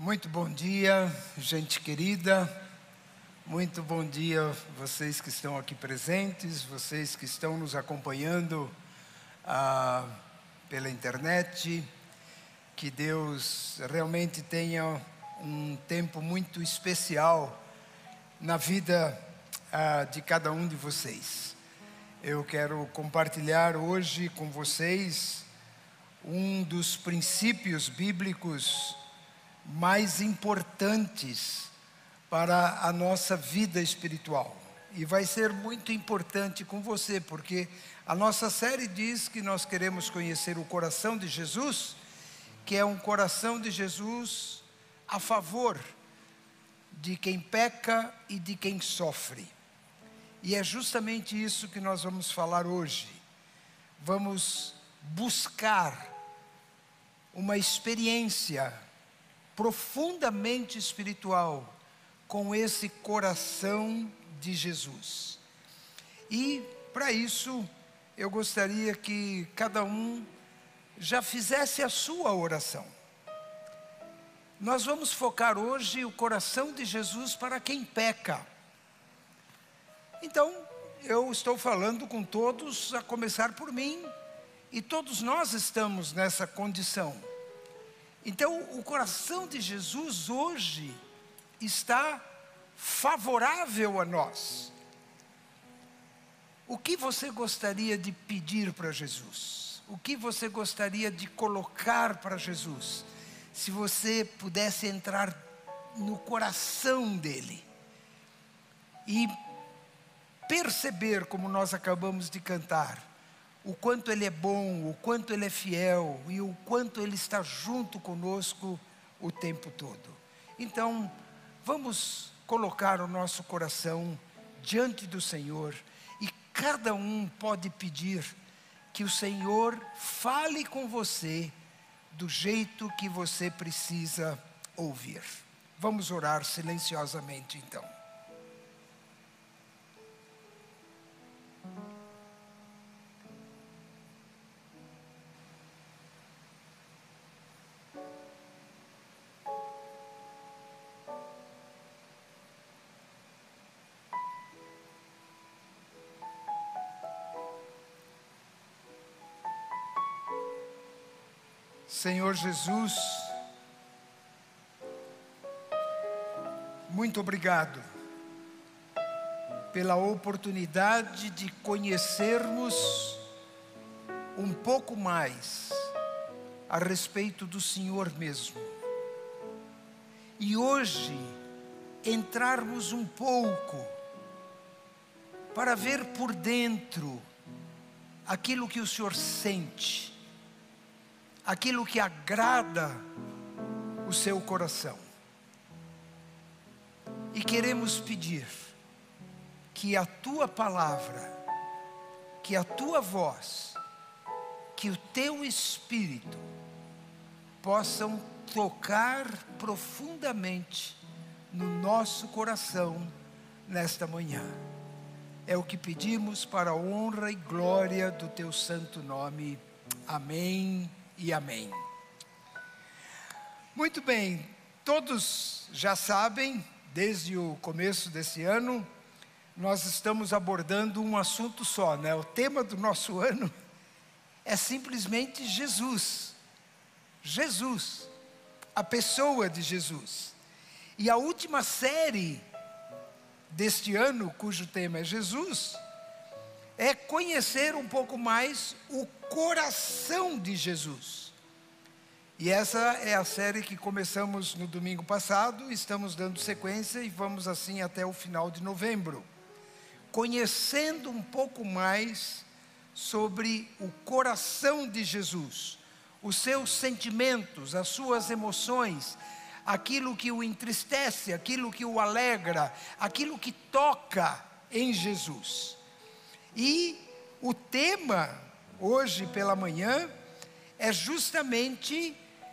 Muito bom dia, gente querida. Muito bom dia vocês que estão aqui presentes, vocês que estão nos acompanhando pela internet. Que Deus realmente tenha um tempo muito especial na vida de cada um de vocês. Eu quero compartilhar hoje com vocês um dos princípios bíblicos mais importantes para a nossa vida espiritual. E vai ser muito importante com você, porque a nossa série diz que nós queremos conhecer o coração de Jesus, que é um coração de Jesus a favor de quem peca e de quem sofre. E é justamente isso que nós vamos falar hoje. Vamos buscar uma experiência profundamente espiritual com esse coração de Jesus. E para isso eu gostaria que cada um já fizesse a sua oração. Nós vamos focar hoje o coração de Jesus para quem peca. Então eu estou falando com todos, a começar por mim, e todos nós estamos nessa condição. Então, o coração de Jesus hoje está favorável a nós. O que você gostaria de pedir para Jesus? O que você gostaria de colocar para Jesus? Se você pudesse entrar no coração dele e perceber, como nós acabamos de cantar, o quanto Ele é bom, o quanto Ele é fiel e o quanto Ele está junto conosco o tempo todo. Então, vamos colocar o nosso coração diante do Senhor e cada um pode pedir que o Senhor fale com você do jeito que você precisa ouvir. Vamos orar silenciosamente então. Senhor Jesus, muito obrigado pela oportunidade de conhecermos um pouco mais a respeito do Senhor mesmo. E hoje entrarmos um pouco para ver por dentro aquilo que o Senhor sente, aquilo que agrada o seu coração. E queremos pedir que a tua palavra, que a tua voz, que o teu Espírito possam tocar profundamente no nosso coração nesta manhã. É o que pedimos para a honra e glória do teu santo nome. Amém e amém. Muito bem, todos já sabem, desde o começo desse ano, nós estamos abordando um assunto só, né? O tema do nosso ano é simplesmente Jesus. Jesus, a pessoa de Jesus. E a última série deste ano, cujo tema é Jesus, é conhecer um pouco mais o coração de Jesus. E essa é a série que começamos no domingo passado, estamos dando sequência e vamos assim até o final de novembro. Conhecendo um pouco mais sobre o coração de Jesus, os seus sentimentos, as suas emoções, aquilo que o entristece, aquilo que o alegra, aquilo que toca em Jesus. E o tema, hoje pela manhã, é justamente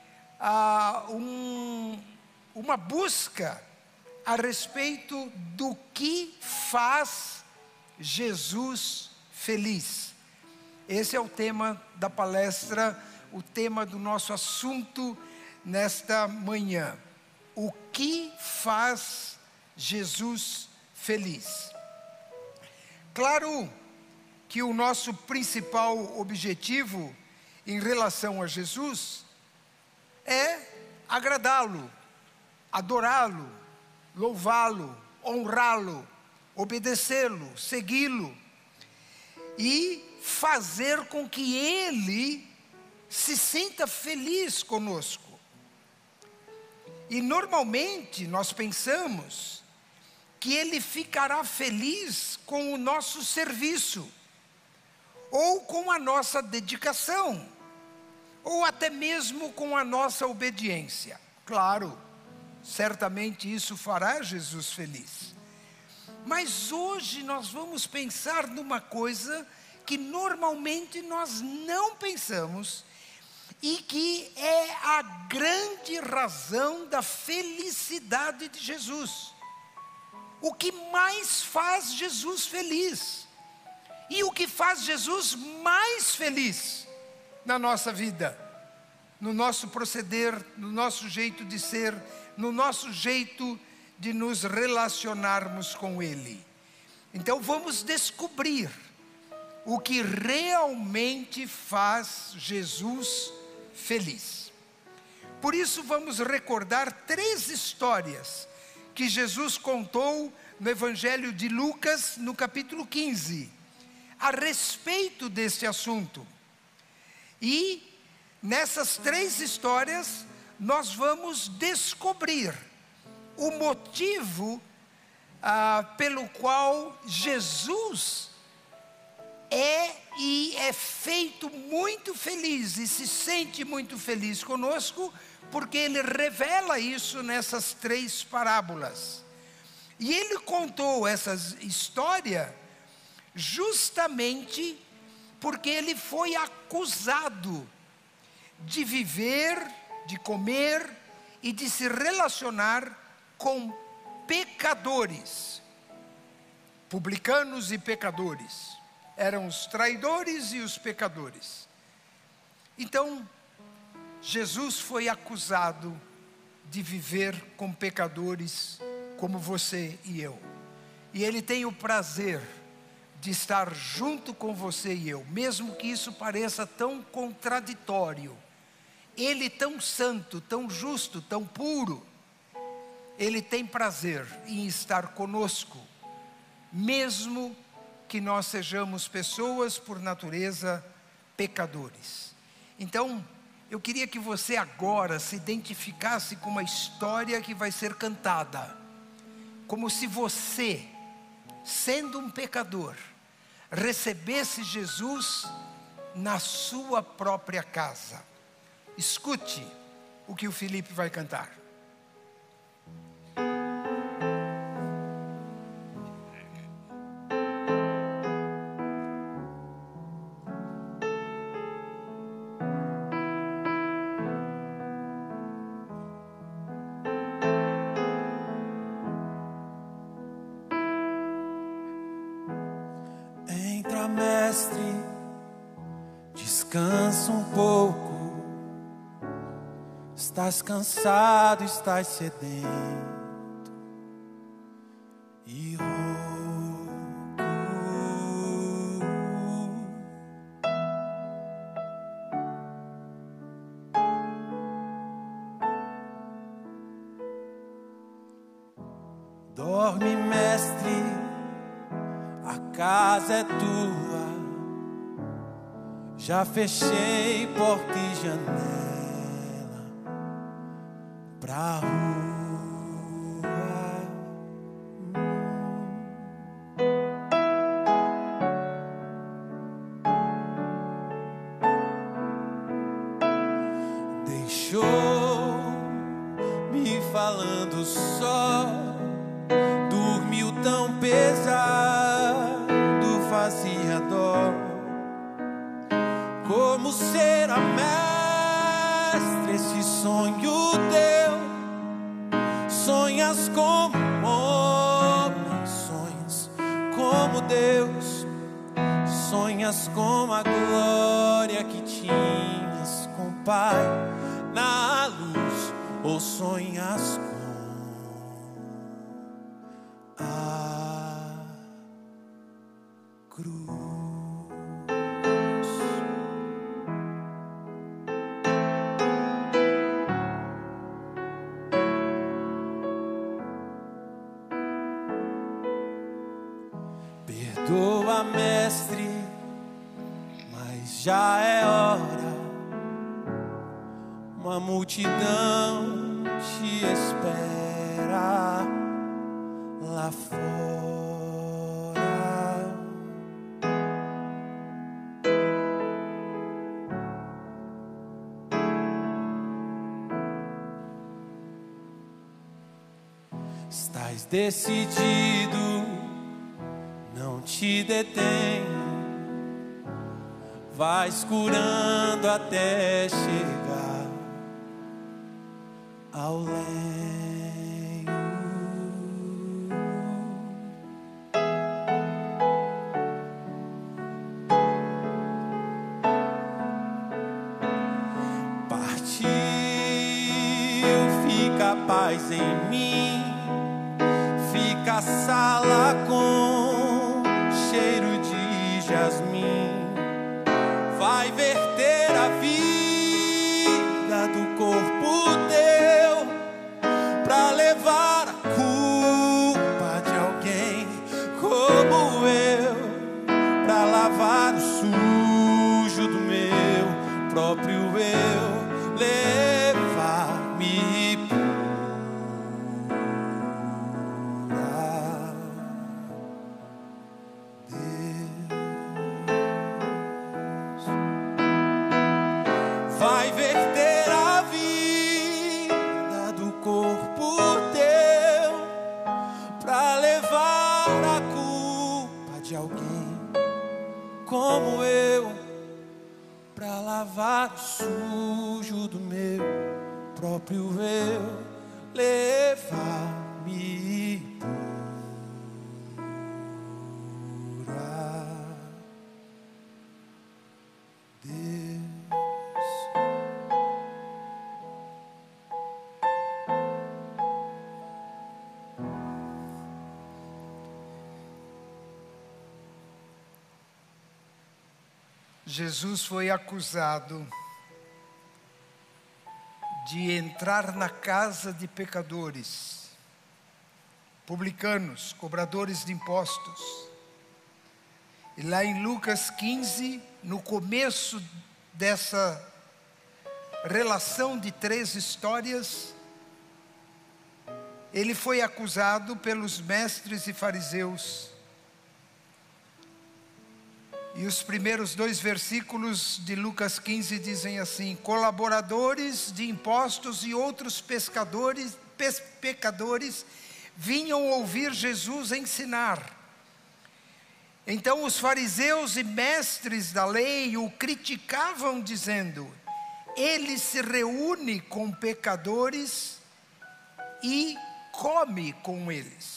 uma busca a respeito do que faz Jesus feliz. Esse é o tema da palestra, o tema do nosso assunto nesta manhã. o que faz Jesus feliz. Claro que o nosso principal objetivo em relação a Jesus é agradá-lo, adorá-lo, louvá-lo, honrá-lo, obedecê-lo, segui-lo e fazer com que Ele se sinta feliz conosco. E normalmente nós pensamos que Ele ficará feliz com o nosso serviço, ou com a nossa dedicação, ou até mesmo com a nossa obediência. Claro, certamente isso fará Jesus feliz. Mas hoje nós vamos pensar numa coisa que normalmente nós não pensamos e que é a grande razão da felicidade de Jesus. O que mais faz Jesus feliz e o que faz Jesus mais feliz na nossa vida, no nosso proceder, no nosso jeito de ser, no nosso jeito de nos relacionarmos com Ele. Então vamos descobrir o que realmente faz Jesus feliz. Por isso vamos recordar 3 histórias que Jesus contou no Evangelho de Lucas, no capítulo 15, a respeito deste assunto. E nessas 3 histórias nós vamos descobrir o motivo pelo qual Jesus é feito muito feliz e se sente muito feliz conosco, porque Ele revela isso nessas 3 parábolas. E Ele contou essa história justamente porque Ele foi acusado de viver, de comer e de se relacionar com pecadores, publicanos e pecadores. Eram os traidores e os pecadores. Então, Jesus foi acusado de viver com pecadores como você e eu. E Ele tem o prazer de estar junto com você e eu, mesmo que isso pareça tão contraditório. Ele tão santo, tão justo, tão puro, Ele tem prazer em estar conosco, mesmo que nós sejamos pessoas por natureza pecadores. Então, eu queria que você agora se identificasse com uma história que vai ser cantada, como se você, sendo um pecador, recebesse Jesus na sua própria casa. Escute o que o Felipe vai cantar. Entra, mestre, descansa um pouco. Estás cansado, estás sedento e rouco. Dorme, mestre, a casa é tua. Já fechei porta e janela pra rua. Deixou me falando só, dormiu tão pesado, fazia dó. Como será, mestre, esse sonho teu? Sonhas como homem, sonhas como Deus, sonhas como a glória que tinhas com o Pai na luz, ou sonhas como fala, mestre, mas já é hora. Uma multidão te espera lá fora. Estás decidido, não te detém, vais curando até chegar ao lenho. Partiu, fica a paz em mim, fica a sala com cheiro de jasmim, vai verter a vida do corpo teu, pra levar a culpa de alguém como eu, pra lavar o sujo do meu próprio eu, levar-me pura. Deus vai verter a vida do corpo teu, pra levar a culpa de alguém como eu, pra lavar o sujo do meu próprio eu, levar-me pura. Deus, Jesus foi acusado de entrar na casa de pecadores, publicanos, cobradores de impostos. E lá em Lucas 15, no começo dessa relação de 3 histórias, ele foi acusado pelos mestres e fariseus. E os primeiros 2 versículos de Lucas 15 dizem assim: colaboradores de impostos e outros pecadores vinham ouvir Jesus ensinar. Então os fariseus e mestres da lei o criticavam, dizendo: ele se reúne com pecadores e come com eles.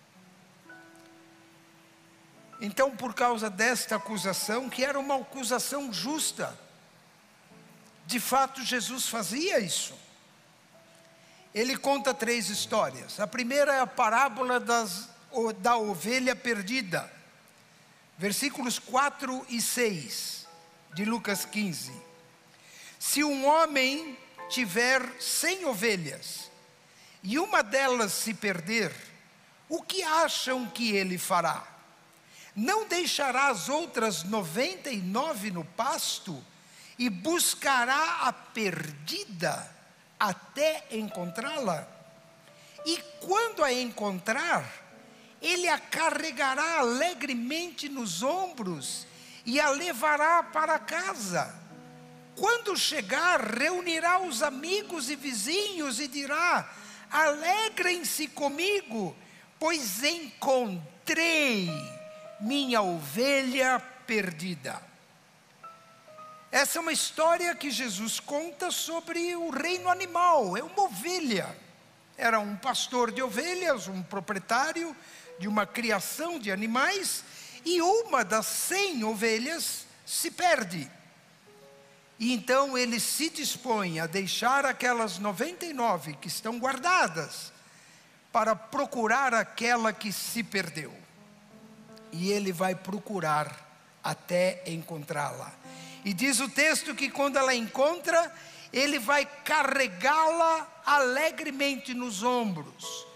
Então, por causa desta acusação, que era uma acusação justa, de fato Jesus fazia isso. Ele conta 3 histórias. A primeira é a parábola da ovelha perdida, versículos 4 e 6 de Lucas 15. Se um homem tiver 100 ovelhas e uma delas se perder, o que acham que ele fará? Não deixará as outras 99 no pasto e buscará a perdida até encontrá-la? E quando a encontrar, ele a carregará alegremente nos ombros e a levará para casa. Quando chegar, reunirá os amigos e vizinhos e dirá: alegrem-se comigo, pois encontrei minha ovelha perdida. Essa é uma história que Jesus conta sobre o reino animal. É uma ovelha. Era um pastor de ovelhas, um proprietário de uma criação de animais, e uma das 100 ovelhas se perde. E então ele se dispõe a deixar aquelas 99 que estão guardadas para procurar aquela que se perdeu. E ele vai procurar até encontrá-la. E diz o texto que quando ela encontra, ele vai carregá-la alegremente nos ombros.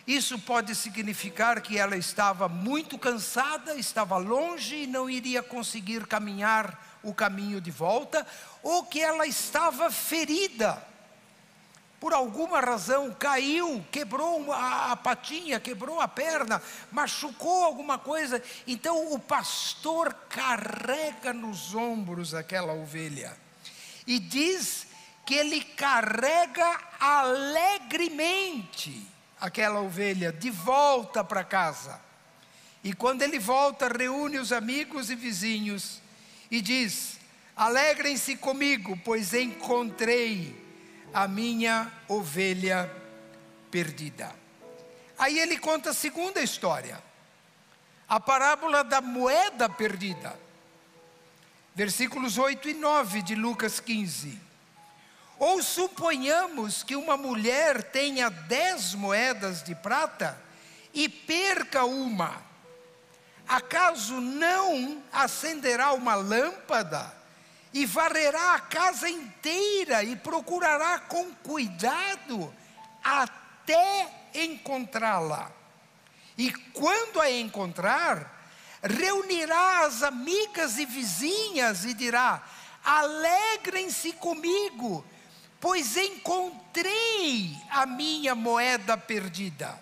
Isso pode significar que ela estava muito cansada, estava longe e não iria conseguir caminhar o caminho de volta, ou que ela estava ferida. Por alguma razão, caiu, quebrou a patinha, quebrou a perna, machucou alguma coisa. Então o pastor carrega nos ombros aquela ovelha. E diz que ele carrega alegremente aquela ovelha de volta para casa. E quando ele volta, reúne os amigos e vizinhos e diz: alegrem-se comigo, pois encontrei a minha ovelha perdida. Aí ele conta a segunda história, a parábola da moeda perdida. Versículos 8 e 9 de Lucas 15. Ou suponhamos que uma mulher tenha 10 moedas de prata e perca uma. Acaso não acenderá uma lâmpada e varrerá a casa inteira e procurará com cuidado até encontrá-la? E quando a encontrar, reunirá as amigas e vizinhas e dirá: alegrem-se comigo, pois encontrei a minha moeda perdida.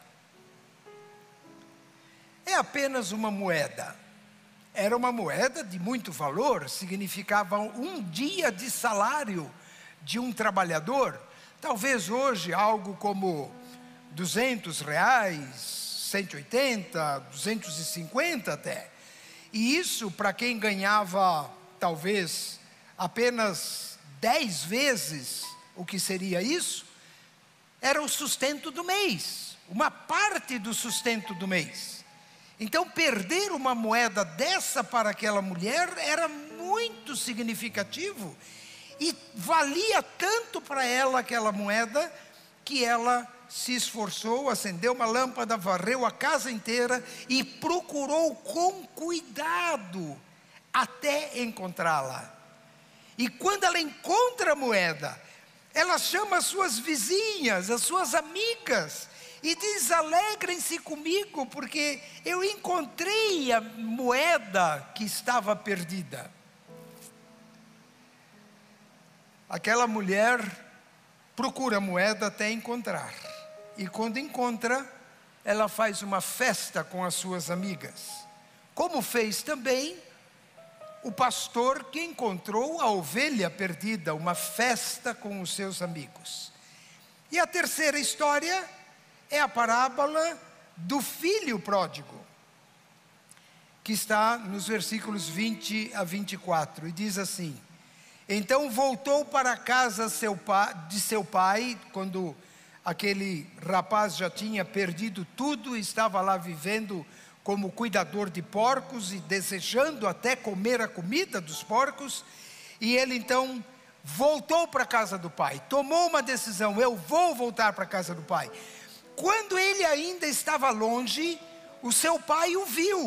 É apenas uma moeda. Era uma moeda de muito valor, significava um dia de salário de um trabalhador. Talvez hoje algo como R$200, 180, 250 até. E isso para quem ganhava talvez apenas 10 vezes o que seria isso, era o sustento do mês, uma parte do sustento do mês. Então perder uma moeda dessa para aquela mulher era muito significativo, e valia tanto para ela aquela moeda, que ela se esforçou, acendeu uma lâmpada, varreu a casa inteira e procurou com cuidado até encontrá-la. E quando ela encontra a moeda, ela chama as suas vizinhas, as suas amigas, e diz: alegrem-se comigo, porque eu encontrei a moeda que estava perdida. Aquela mulher procura a moeda até encontrar. E quando encontra, ela faz uma festa com as suas amigas. Como fez também o pastor que encontrou a ovelha perdida, uma festa com os seus amigos. E a terceira história é a parábola do filho pródigo, que está nos versículos 20 a 24, e diz assim: então voltou para a casa de seu pai, quando aquele rapaz já tinha perdido tudo, estava lá vivendo como cuidador de porcos e desejando até comer a comida dos porcos. E ele então voltou para a casa do pai, tomou uma decisão: eu vou voltar para a casa do pai. Quando ele ainda estava longe, o seu pai o viu.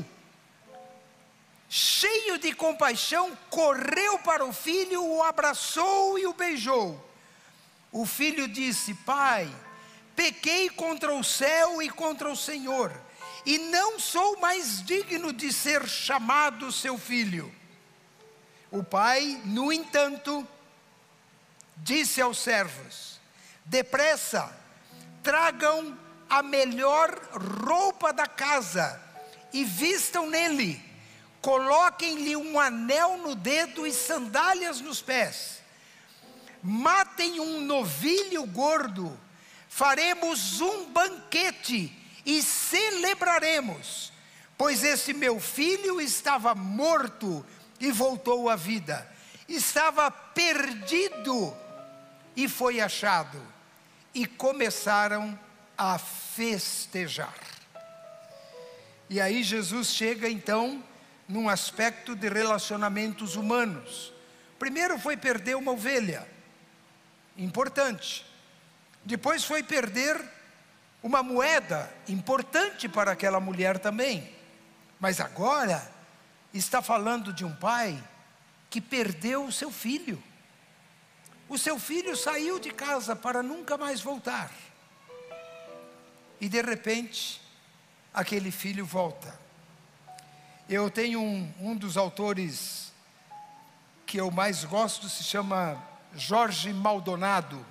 Cheio de compaixão, correu para o filho, o abraçou e o beijou. O filho disse: pai, pequei contra o céu e contra o Senhor, e não sou mais digno de ser chamado seu filho. O pai, no entanto, disse aos servos: depressa, tragam a melhor roupa da casa e vistam nele, coloquem-lhe um anel no dedo e sandálias nos pés, matem um novilho gordo, faremos um banquete e celebraremos, pois esse meu filho estava morto e voltou à vida, estava perdido e foi achado. E começaram a festejar. E aí Jesus chega então num aspecto de relacionamentos humanos. Primeiro foi perder uma ovelha, importante. Depois foi perder uma moeda, importante para aquela mulher também. Mas agora está falando de um pai que perdeu o seu filho. O seu filho saiu de casa para nunca mais voltar. e de repente, aquele filho volta. Eu tenho um dos autores que eu mais gosto, se chama Jorge Maldonado.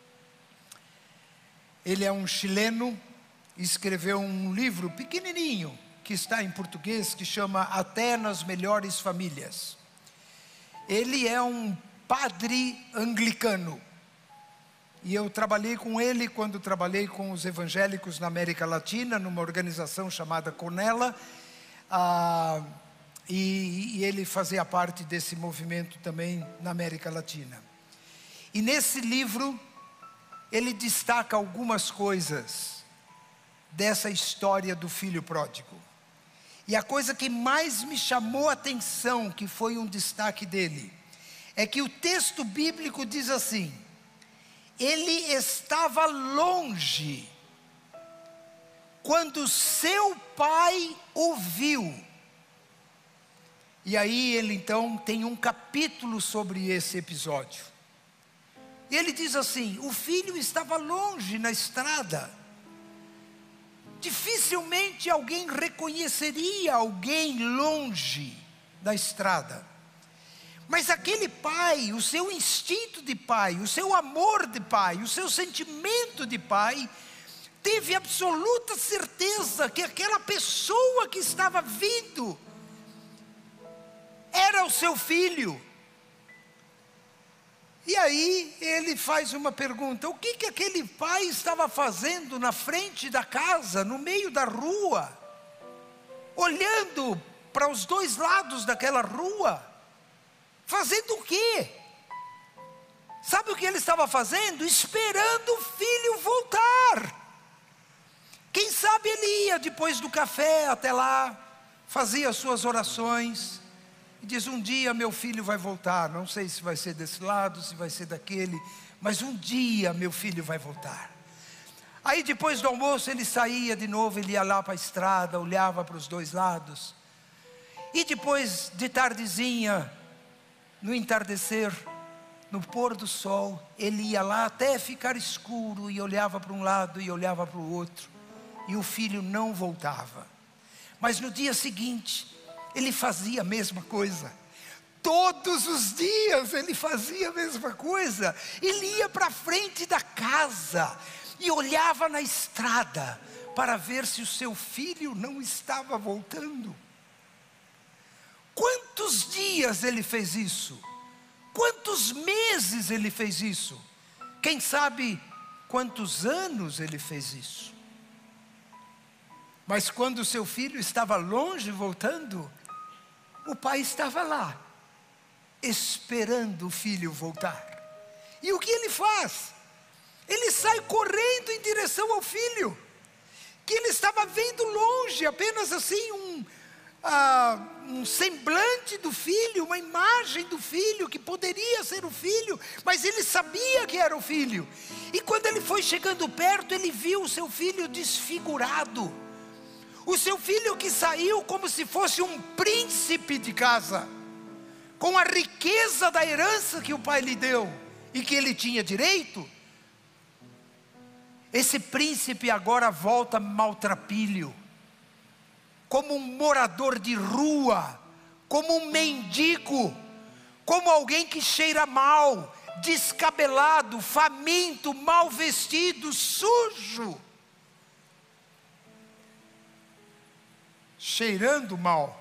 Ele é um chileno, escreveu um livro pequenininho, que está em português, que chama Até nas Melhores Famílias. Ele é um padre anglicano. E eu trabalhei com ele quando trabalhei com os evangélicos na América Latina, numa organização chamada Conela. E ele fazia parte desse movimento também na América Latina. E nesse livro, ele destaca algumas coisas dessa história do filho pródigo. E a coisa que mais me chamou a atenção, que foi um destaque dele, é que o texto bíblico diz assim: ele estava longe quando seu pai o viu. E aí ele então tem um capítulo sobre esse episódio. E ele diz assim: o filho estava longe na estrada. Dificilmente alguém reconheceria alguém longe da estrada. Mas aquele pai, o seu instinto de pai, o seu amor de pai, o seu sentimento de pai, teve absoluta certeza que aquela pessoa que estava vindo era o seu filho. E aí ele faz uma pergunta: o que aquele pai estava fazendo na frente da casa, no meio da rua, olhando para os dois lados daquela rua? Fazendo o quê? Sabe o que ele estava fazendo? Esperando o filho voltar. Quem sabe ele ia depois do café até lá, fazia as suas orações, e diz: um dia meu filho vai voltar. Não sei se vai ser desse lado, se vai ser daquele, mas um dia meu filho vai voltar. Aí depois do almoço ele saía de novo, ele ia lá para a estrada, olhava para os dois lados. E depois de tardezinha, no entardecer, no pôr do sol, ele ia lá até ficar escuro e olhava para um lado e olhava para o outro. E o filho não voltava. Mas no dia seguinte, ele fazia a mesma coisa. Todos os dias ele fazia a mesma coisa. Ele ia para frente da casa e olhava na estrada para ver se o seu filho não estava voltando. Quantos dias ele fez isso? Quantos meses ele fez isso? Quem sabe quantos anos ele fez isso? Mas quando o seu filho estava longe voltando, o pai estava lá, esperando o filho voltar. E o que ele faz? Ele sai correndo em direção ao filho, que ele estava vendo longe, apenas assim um semblante do filho, uma imagem do filho, que poderia ser o filho, mas ele sabia que era o filho. E quando ele foi chegando perto, ele viu o seu filho desfigurado. O seu filho que saiu como se fosse um príncipe de casa, com a riqueza da herança que o pai lhe deu e que ele tinha direito. Esse príncipe agora volta maltrapilho, como um morador de rua, como um mendigo, como alguém que cheira mal, descabelado, faminto, mal vestido, sujo, cheirando mal.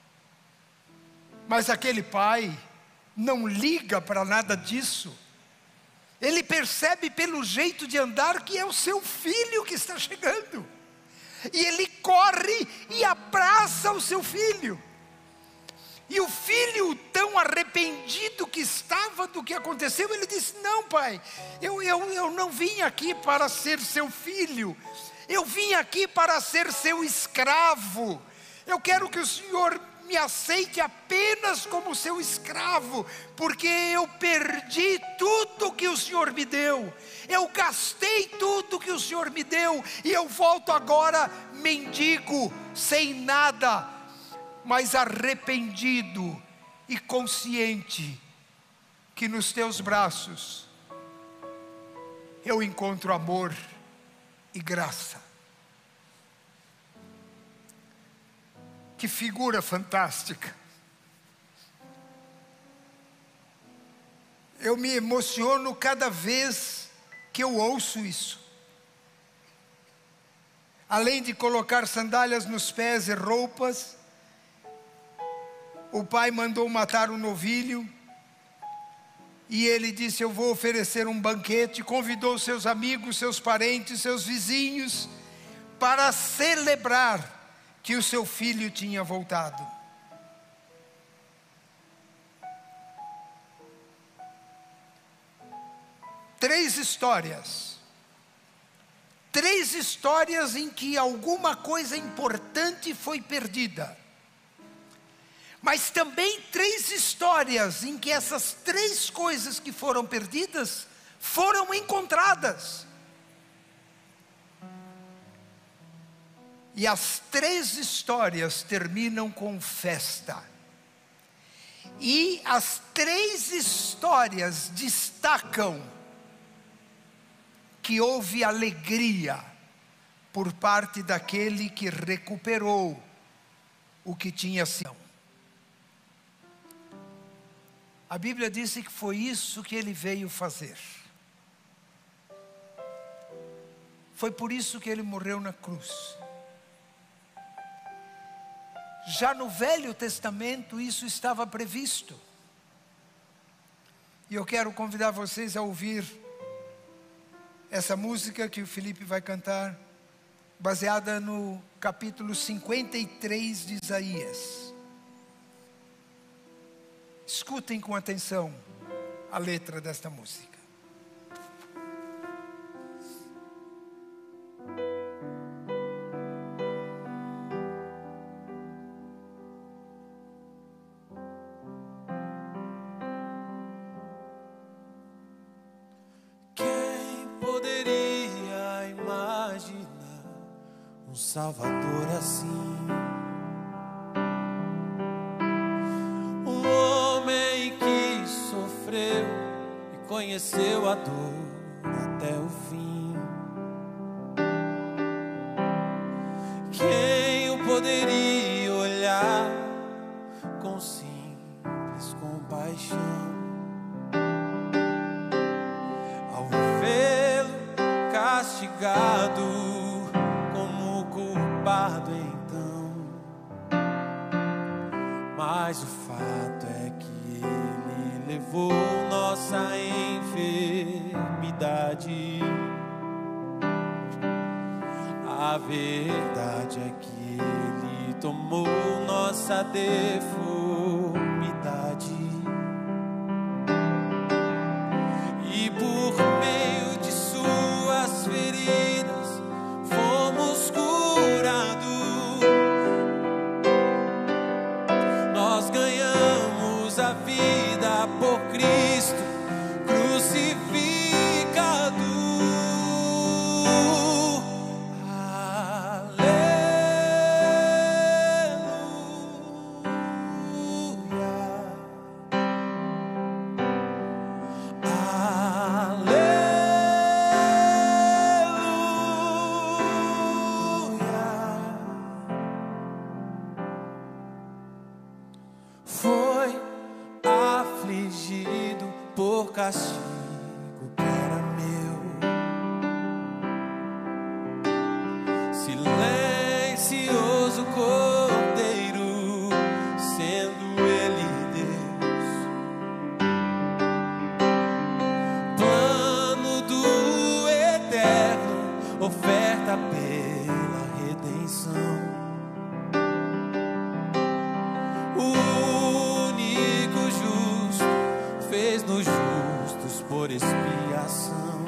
Mas aquele pai não liga para nada disso. Ele percebe pelo jeito de andar que é o seu filho que está chegando. E ele corre e abraça o seu filho. E o filho, tão arrependido que estava do que aconteceu, ele disse: não, pai, eu não vim aqui para ser seu filho. Eu vim aqui para ser seu escravo. Eu quero que o senhor me aceite apenas como seu escravo, porque eu perdi tudo que o senhor me deu. Eu gastei tudo que o senhor me deu, e eu volto agora mendigo, sem nada, mas arrependido e consciente que nos teus braços eu encontro amor e graça. Que figura fantástica. Eu me emociono cada vez que eu ouço isso. Além de colocar sandálias nos pés e roupas, o pai mandou matar um novilho. E ele disse: eu vou oferecer um banquete. Convidou seus amigos, seus parentes, seus vizinhos, para celebrar que o seu filho tinha voltado. Três histórias em que alguma coisa importante foi perdida. Mas também três histórias em que essas três coisas que foram perdidas foram encontradas. E as três histórias terminam com festa. E as três histórias destacam que houve alegria por parte daquele que recuperou o que tinha sido. A Bíblia disse que foi isso que ele veio fazer. Foi por isso que ele morreu na cruz. Já no Velho Testamento isso estava previsto. E eu quero convidar vocês a ouvir essa música que o Felipe vai cantar, baseada no capítulo 53 de Isaías. Escutem com atenção a letra desta música. Quem poderia imaginar um Salvador assim? Conheceu a dor até o fim. Quem o poderia olhar com simples compaixão? Ao vê-lo castigado como culpado então. Mas o fato é que ele levou nossa enfermidade. A verdade é que ele tomou nossa deformidade. E por meio de suas feridas fomos curados. Nós ganhamos a vida por Cristo crucificado. Foi afligido por castigo que era meu, silencioso cordeiro, sendo ele Deus. Plano do eterno, oferta pela redenção. Fez-nos justos por expiação.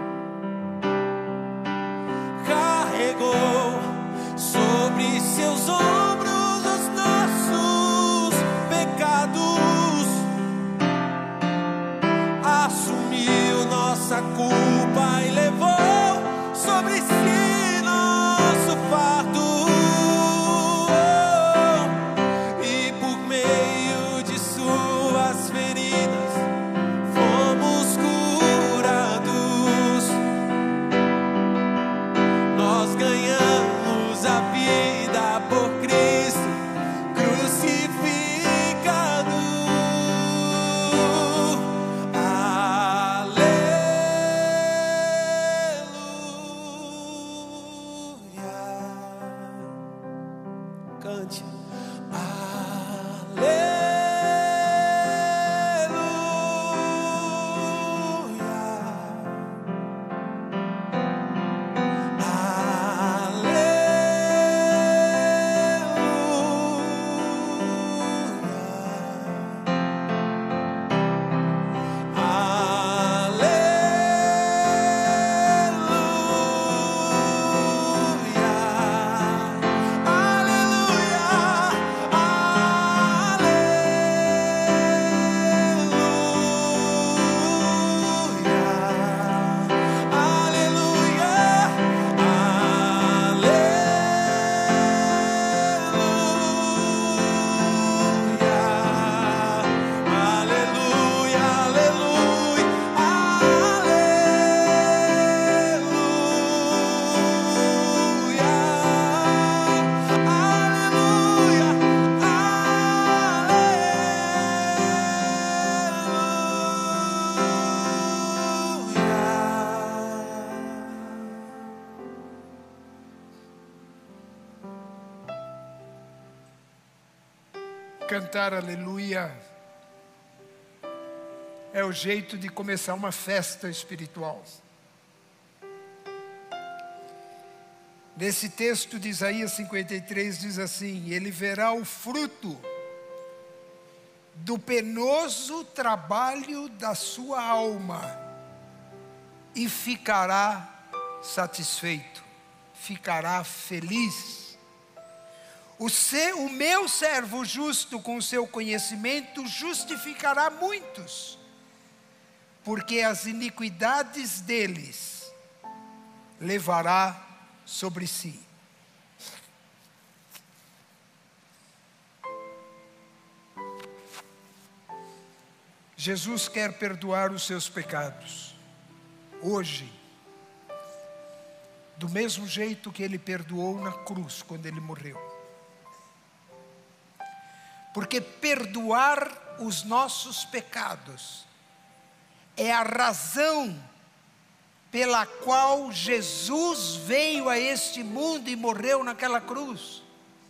Carregou sobre seus ombros os nossos pecados. Assumiu nossa culpa e levou sobre si nosso fardo. E por meio de suas feridas fomos curados. Nós ganhamos a vida por Cristo cante. Cantar aleluia é o jeito de começar uma festa espiritual. Nesse texto de Isaías 53 diz assim: ele verá o fruto do penoso trabalho da sua alma e ficará satisfeito, ficará feliz. O meu servo justo, com o seu conhecimento, justificará muitos, porque as iniquidades deles levará sobre si. Jesus quer perdoar os seus pecados, hoje, do mesmo jeito que Ele perdoou na cruz, quando Ele morreu. Porque perdoar os nossos pecados é a razão pela qual Jesus veio a este mundo e morreu naquela cruz.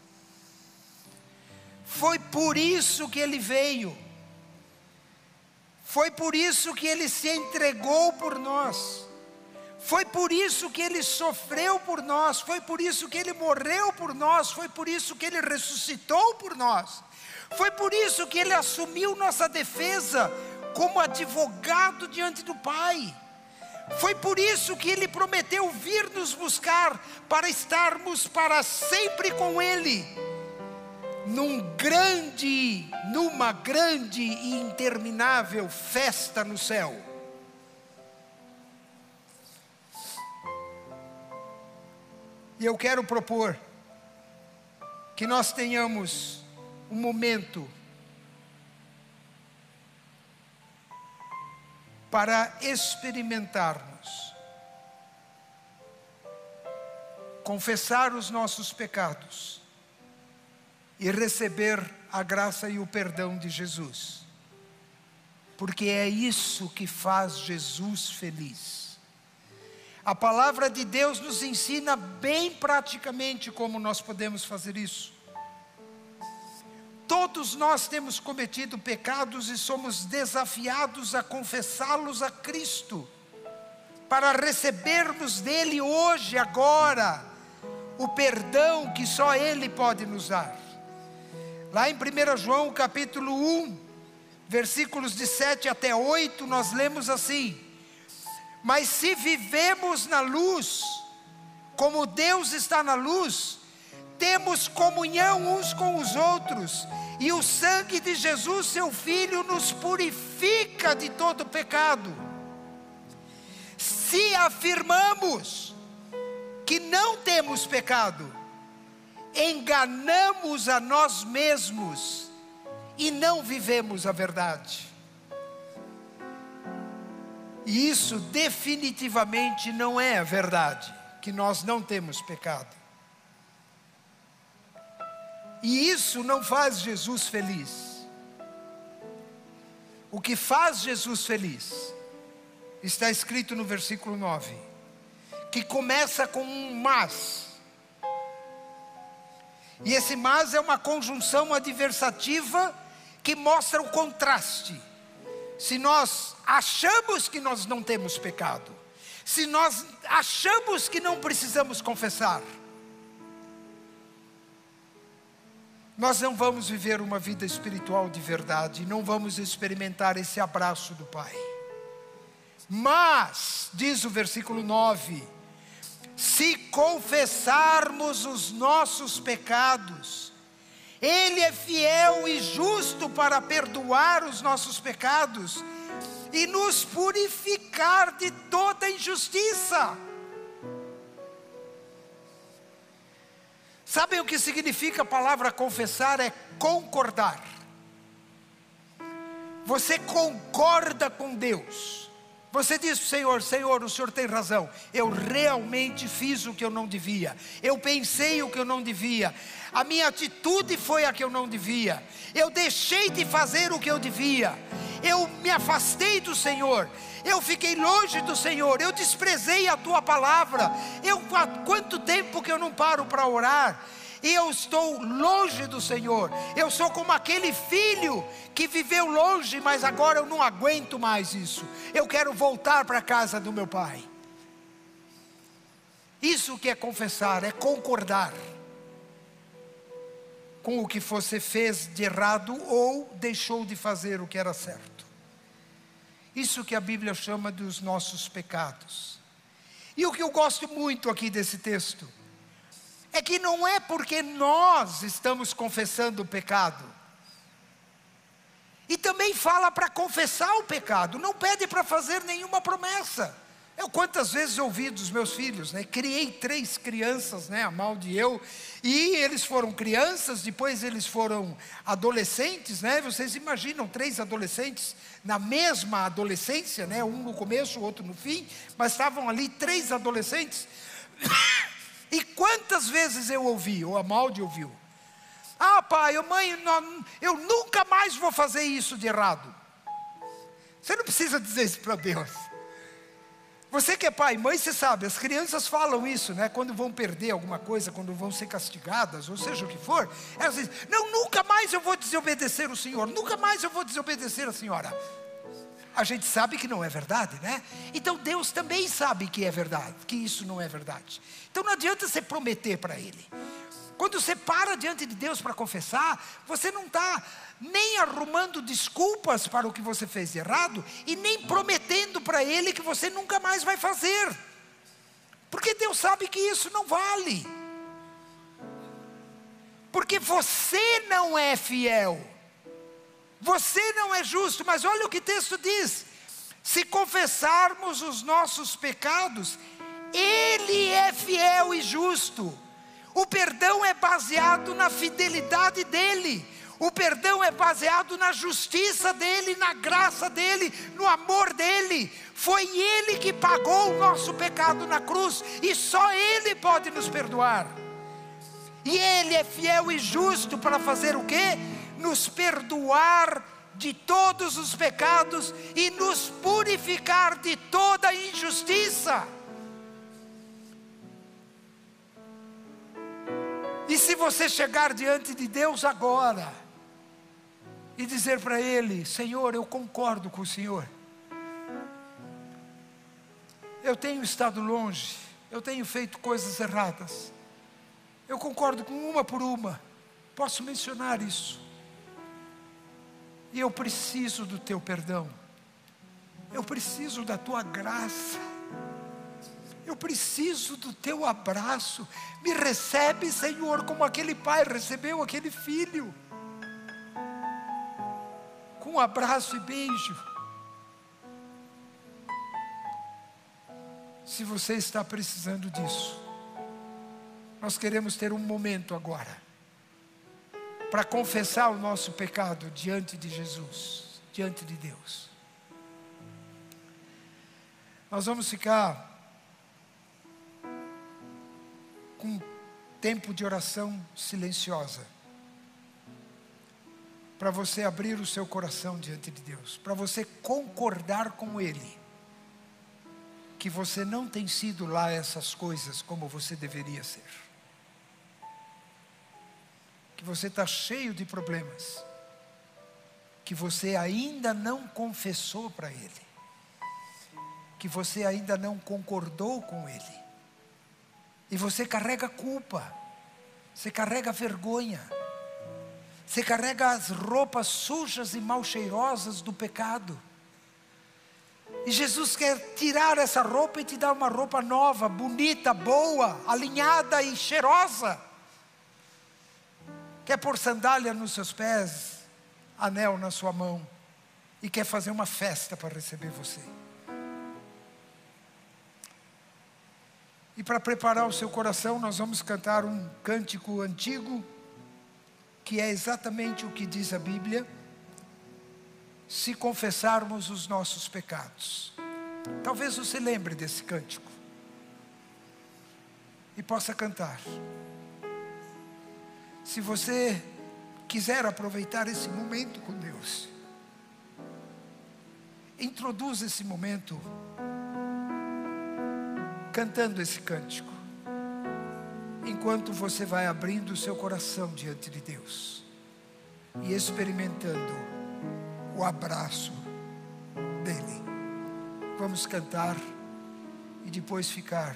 Foi por isso que Ele veio. Foi por isso que Ele se entregou por nós. Foi por isso que Ele sofreu por nós. Foi por isso que Ele morreu por nós. Foi por isso que Ele ressuscitou por nós. Foi por isso que Ele assumiu nossa defesa como advogado diante do Pai. Foi por isso que Ele prometeu vir nos buscar para estarmos para sempre com Ele, numa grande e interminável festa no céu. E eu quero propor que nós tenhamos um momento para experimentarmos, confessar os nossos pecados e receber a graça e o perdão de Jesus, porque é isso que faz Jesus feliz. A palavra de Deus nos ensina bem praticamente como nós podemos fazer isso. Todos nós temos cometido pecados e somos desafiados a confessá-los a Cristo, para recebermos dele hoje, agora, o perdão que só Ele pode nos dar. Lá em 1 João capítulo 1, versículos de 7 até 8, nós lemos assim: mas se vivemos na luz, como Deus está na luz, temos comunhão uns com os outros, e o sangue de Jesus, seu Filho, nos purifica de todo pecado. Se afirmamos que não temos pecado, enganamos a nós mesmos e não vivemos a verdade. E isso definitivamente não é a verdade, que nós não temos pecado. E isso não faz Jesus feliz. O que faz Jesus feliz está escrito no versículo 9, que começa com um mas. E esse mas é uma conjunção adversativa que mostra o contraste. Se nós achamos que nós não temos pecado, se nós achamos que não precisamos confessar, nós não vamos viver uma vida espiritual de verdade, não vamos experimentar esse abraço do Pai. Mas, diz o versículo 9, se confessarmos os nossos pecados, Ele é fiel e justo para perdoar os nossos pecados e nos purificar de toda injustiça. Sabem o que significa a palavra confessar? É concordar. Você concorda com Deus. Você diz para o Senhor: Senhor, o Senhor tem razão, eu realmente fiz o que eu não devia, eu pensei o que eu não devia, a minha atitude foi a que eu não devia, eu deixei de fazer o que eu devia, eu me afastei do Senhor, eu fiquei longe do Senhor, eu desprezei a Tua palavra, há quanto tempo que eu não paro para orar, e eu estou longe do Senhor, eu sou como aquele filho que viveu longe, mas agora eu não aguento mais isso, eu quero voltar para a casa do meu pai. Isso que é confessar, é concordar com o que você fez de errado ou deixou de fazer o que era certo. Isso que a Bíblia chama dos nossos pecados. E o que eu gosto muito aqui desse texto é que não é porque nós estamos confessando o pecado. E também fala para confessar o pecado, não pede para fazer nenhuma promessa. Eu quantas vezes ouvi dos meus filhos, né? Criei 3 crianças, né? A Maldi e eu, e eles foram crianças, depois eles foram adolescentes, né? Vocês imaginam 3 adolescentes na mesma adolescência, né? Um no começo, o outro no fim, mas estavam ali 3 adolescentes. E quantas vezes eu ouvi, ou a Maldi ouviu: ah, pai, mãe, eu nunca mais vou fazer isso de errado. Você não precisa dizer isso para Deus. Você que é pai e mãe, você sabe, as crianças falam isso, né? Quando vão perder alguma coisa, quando vão ser castigadas, ou seja o que for, elas dizem: não, nunca mais eu vou desobedecer o Senhor, nunca mais eu vou desobedecer a senhora. A gente sabe que não é verdade, né? Então Deus também sabe que é verdade, que isso não é verdade. Então não adianta você prometer para Ele. Quando você para diante de Deus para confessar, você não está nem arrumando desculpas para o que você fez de errado, e nem prometendo para Ele que você nunca mais vai fazer. Porque Deus sabe que isso não vale. Porque você não é fiel. Você não é justo, mas olha o que o texto diz: se confessarmos os nossos pecados, Ele é fiel e justo. O perdão é baseado na fidelidade dEle, o perdão é baseado na justiça dEle, na graça dEle, no amor dEle. Foi Ele que pagou o nosso pecado na cruz, e só Ele pode nos perdoar. E Ele é fiel e justo para fazer o quê? Nos perdoar de todos os pecados e nos purificar de toda injustiça. E se você chegar diante de Deus agora e dizer para Ele: Senhor, eu concordo com o Senhor, eu tenho estado longe, eu tenho feito coisas erradas, eu concordo com uma por uma, posso mencionar isso. E eu preciso do Teu perdão, eu preciso da Tua graça, eu preciso do Teu abraço. Me recebe, Senhor, como aquele pai recebeu aquele filho, com um abraço e beijo. Se você está precisando disso, nós queremos ter um momento agora para confessar o nosso pecado diante de Jesus, diante de Deus. Nós vamos ficar com um tempo de oração silenciosa, para você abrir o seu coração diante de Deus, para você concordar com Ele, que você não tem sido lá essas coisas como você deveria ser. que você está cheio de problemas, que você ainda não confessou para Ele, que você ainda não concordou com Ele, e você carrega culpa, você carrega vergonha, você carrega as roupas sujas e mal cheirosas do pecado, e Jesus quer tirar essa roupa e te dar uma roupa nova, bonita, boa, alinhada e cheirosa. Quer pôr sandália nos seus pés, anel na sua mão, e quer fazer uma festa para receber você. E para preparar o seu coração, nós vamos cantar um cântico antigo, que é exatamente o que diz a Bíblia: se confessarmos os nossos pecados. Talvez você lembre desse cântico e possa cantar. Se você quiser aproveitar esse momento com Deus, introduza esse momento cantando esse cântico, enquanto você vai abrindo o seu coração diante de Deus e experimentando o abraço dele. Vamos cantar e depois ficar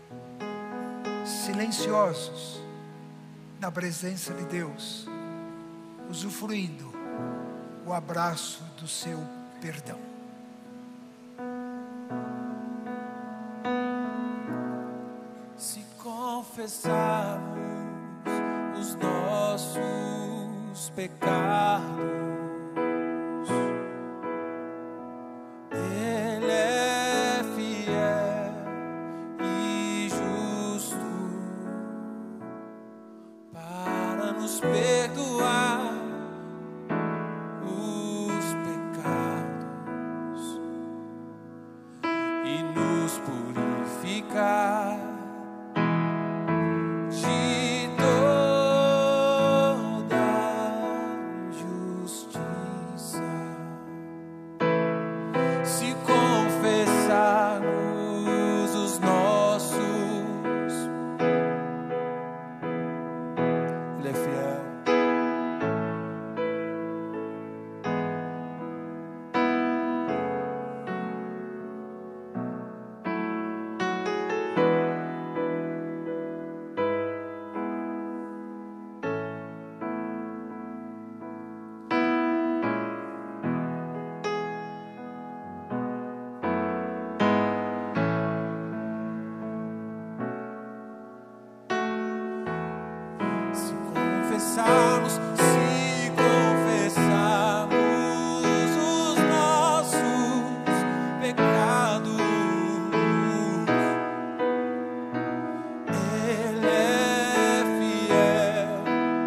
silenciosos na presença de Deus, usufruindo o abraço do seu perdão. Se confessarmos os nossos pecados, Ele é fiel e justo para nos perdoar os pecados e nos purificar de toda injustiça. Se confessarmos os nossos, Ele é fiel. Se confessarmos os nossos pecados, Ele é fiel.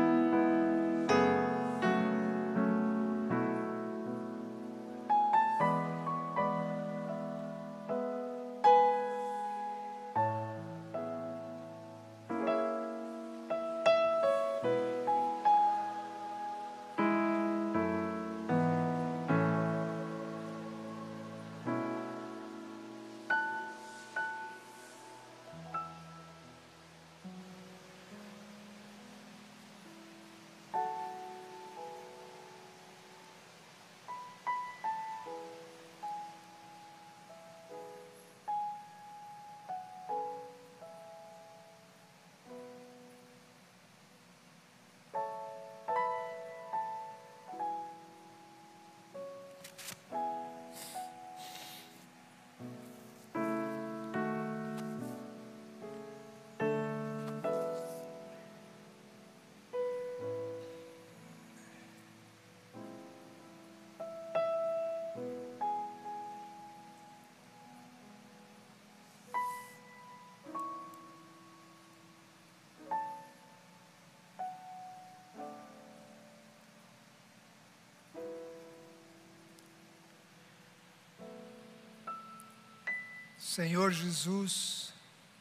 Senhor Jesus,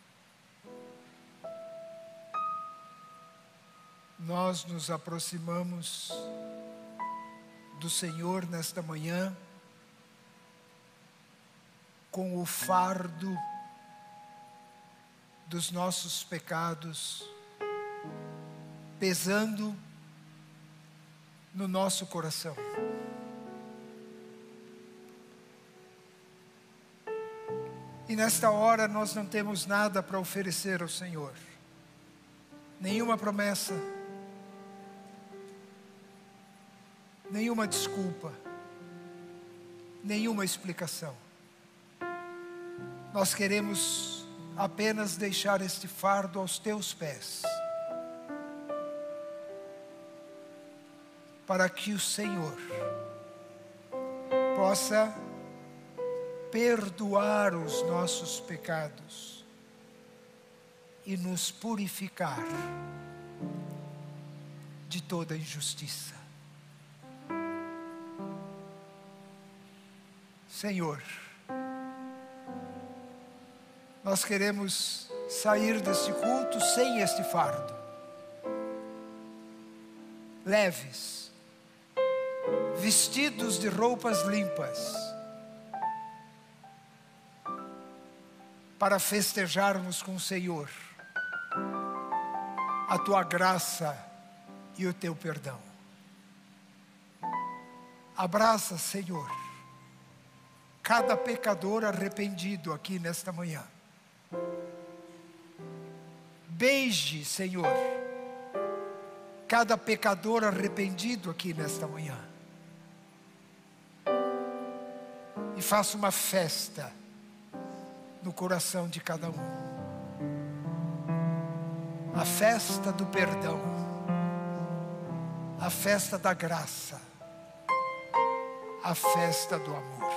nós nos aproximamos do Senhor nesta manhã com o fardo dos nossos pecados pesando no nosso coração. E nesta hora nós não temos nada para oferecer ao Senhor. Nenhuma promessa, nenhuma desculpa, nenhuma explicação. Nós queremos apenas deixar este fardo aos teus pés, para que o Senhor possa perdoar os nossos pecados e nos purificar de toda injustiça. Senhor, nós queremos sair deste culto sem este fardo, leves, vestidos de roupas limpas, para festejarmos com o Senhor a tua graça e o teu perdão. Abraça, Senhor, cada pecador arrependido aqui nesta manhã. Beije, Senhor, cada pecador arrependido aqui nesta manhã. E faça uma festa no coração de cada um. A festa do perdão, a festa da graça, a festa do amor.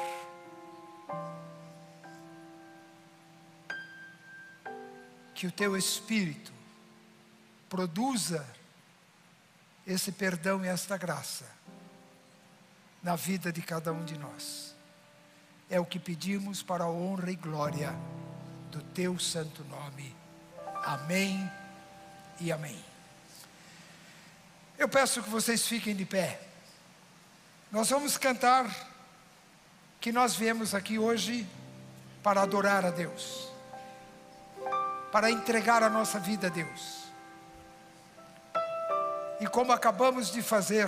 Que o teu Espírito produza esse perdão e esta graça na vida de cada um de nós. É o que pedimos para a honra e glória do teu santo nome. Amém e amém. Eu peço que vocês fiquem de pé. Nós vamos cantar que nós viemos aqui hoje para adorar a Deus, para entregar a nossa vida a Deus. E como acabamos de fazer,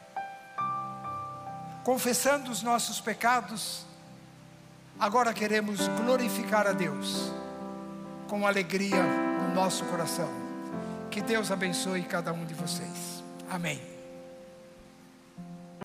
confessando os nossos pecados, agora queremos glorificar a Deus com alegria no nosso coração. Que Deus abençoe cada um de vocês. Amém.